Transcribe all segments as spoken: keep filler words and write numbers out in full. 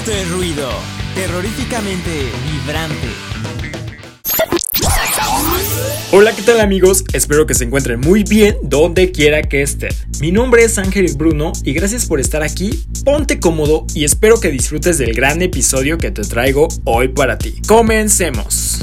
Esto es ruido, terroríficamente vibrante. Hola, ¿qué tal amigos? Espero que se encuentren muy bien donde quiera que estén. Mi nombre es Ángel Bruno y gracias por estar aquí. Ponte cómodo y espero que disfrutes del gran episodio que te traigo hoy para ti. ¡Comencemos!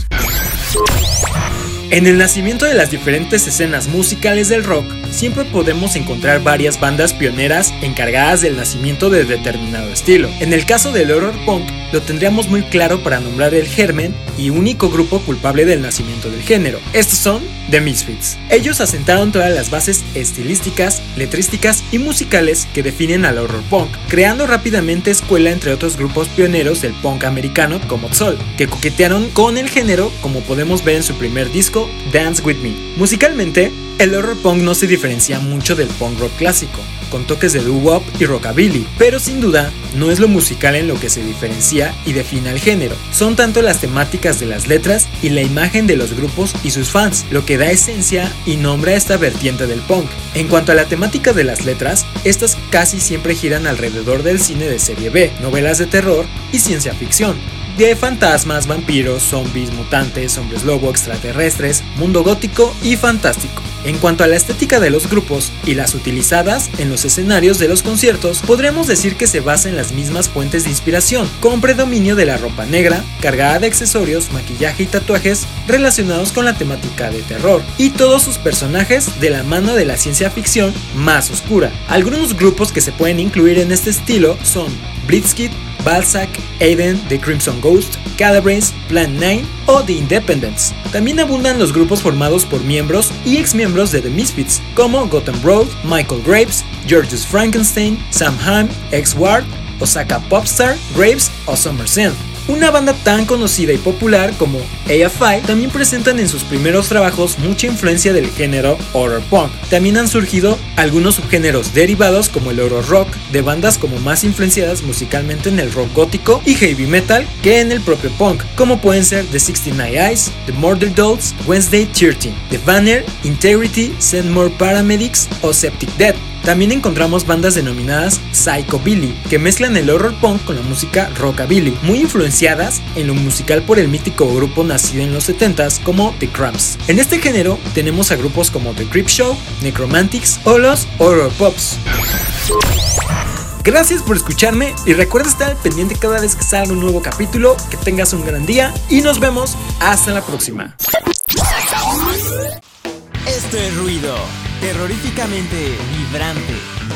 En el nacimiento de las diferentes escenas musicales del rock, siempre podemos encontrar varias bandas pioneras encargadas del nacimiento de determinado estilo. En el caso del horror punk, lo tendríamos muy claro para nombrar el germen y único grupo culpable del nacimiento del género. Estos son The Misfits. Ellos asentaron todas las bases estilísticas, letrísticas y musicales que definen al horror punk, creando rápidamente escuela entre otros grupos pioneros del punk americano como Soul, que coquetearon con el género como podemos ver en su primer disco, Dance With Me. Musicalmente, el horror punk no se diferencia mucho del punk rock clásico, con toques de doo-wop y rockabilly, pero sin duda no es lo musical en lo que se diferencia y define al género. Son tanto las temáticas de las letras y la imagen de los grupos y sus fans, lo que da esencia y nombre a esta vertiente del punk. En cuanto a la temática de las letras, estas casi siempre giran alrededor del cine de serie B, novelas de terror y ciencia ficción, de fantasmas, vampiros, zombies, mutantes, hombres lobo, extraterrestres, mundo gótico y fantástico. En cuanto a la estética de los grupos y las utilizadas en los escenarios de los conciertos, podremos decir que se basa en las mismas fuentes de inspiración, con predominio de la ropa negra, cargada de accesorios, maquillaje y tatuajes relacionados con la temática de terror, y todos sus personajes de la mano de la ciencia ficción más oscura. Algunos grupos que se pueden incluir en este estilo son Blitzkrieg, Balzac, Aiden, The Crimson Ghost, Calabrese, Plan nueve o The Independents. También abundan los grupos formados por miembros y exmiembros de The Misfits, como Gotham Road, Michael Graves, Georges Frankenstein, Sam Hamm, X-Ward, Osaka Popstar, Graves o Summer Synth. Una banda tan conocida y popular como A F I también presentan en sus primeros trabajos mucha influencia del género horror punk. También han surgido algunos subgéneros derivados como el horror rock, de bandas como más influenciadas musicalmente en el rock gótico y heavy metal que en el propio punk, como pueden ser The sixty-nine Eyes, The Murder Dolls, Wednesday thirteen, The Banner, Integrity, Send More Paramedics o Septic Death. También encontramos bandas denominadas Psychobilly, que mezclan el horror punk con la música rockabilly, muy influenciadas en lo musical por el mítico grupo nacido en los setentas como The Cramps. En este género tenemos a grupos como The Creepshow, Necromantics o los Horror Pops. Gracias por escucharme y recuerda estar al pendiente cada vez que salga un nuevo capítulo. Que tengas un gran día y nos vemos hasta la próxima. Esto es ruido, terroríficamente vibrante.